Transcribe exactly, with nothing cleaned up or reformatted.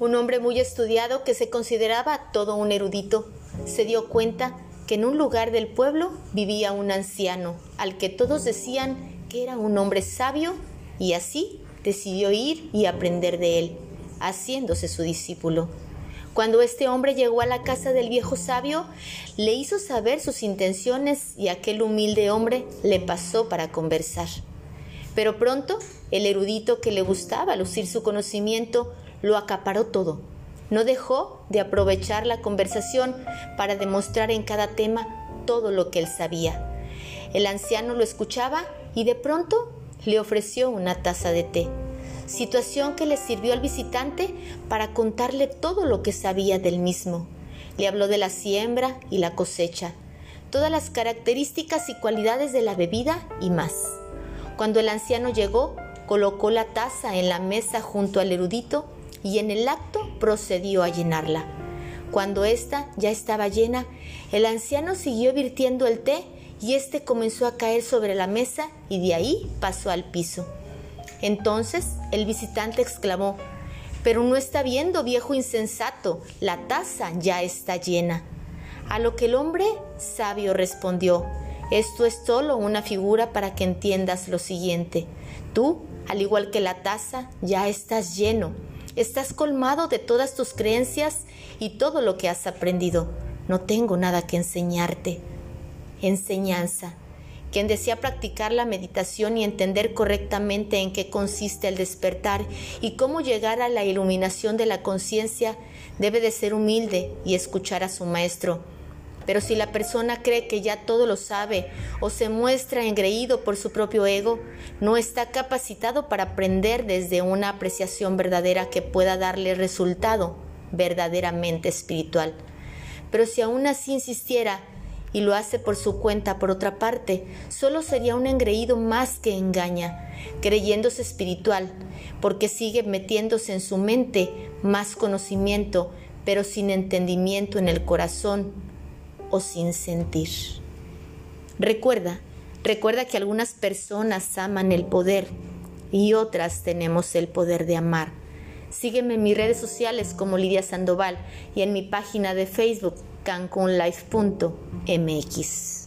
un hombre muy estudiado que se consideraba todo un erudito, se dio cuenta que en un lugar del pueblo vivía un anciano, al que todos decían que era un hombre sabio, y así decidió ir y aprender de él, haciéndose su discípulo. Cuando este hombre llegó a la casa del viejo sabio, le hizo saber sus intenciones y aquel humilde hombre le pasó para conversar. Pero pronto, el erudito que le gustaba lucir su conocimiento lo acaparó todo. No dejó de aprovechar la conversación para demostrar en cada tema todo lo que él sabía. El anciano lo escuchaba y de pronto le ofreció una taza de té, situación que le sirvió al visitante para contarle todo lo que sabía del mismo. Le habló de la siembra y la cosecha, todas las características y cualidades de la bebida y más. Cuando el anciano llegó, colocó la taza en la mesa junto al erudito y en el acto procedió a llenarla. Cuando ésta ya estaba llena, el anciano siguió virtiendo el té y éste comenzó a caer sobre la mesa y de ahí pasó al piso. Entonces el visitante exclamó: «Pero no está viendo, viejo insensato, la taza ya está llena». A lo que el hombre sabio respondió: «Esto es solo una figura para que entiendas lo siguiente. Tú, al igual que la taza, ya estás lleno, estás colmado de todas tus creencias y todo lo que has aprendido. No tengo nada que enseñarte». Enseñanza. Quien desea practicar la meditación y entender correctamente en qué consiste el despertar y cómo llegar a la iluminación de la conciencia, debe de ser humilde y escuchar a su maestro. Pero si la persona cree que ya todo lo sabe o se muestra engreído por su propio ego, no está capacitado para aprender desde una apreciación verdadera que pueda darle resultado verdaderamente espiritual. Pero si aún así insistiera y lo hace por su cuenta, por otra parte, solo sería un engreído más que engaña, creyéndose espiritual, porque sigue metiéndose en su mente más conocimiento, pero sin entendimiento en el corazón o sin sentir. Recuerda, recuerda que algunas personas aman el poder y otras tenemos el poder de amar. Sígueme en mis redes sociales como Lidia Sandoval y en mi página de Facebook cancunlife punto m x.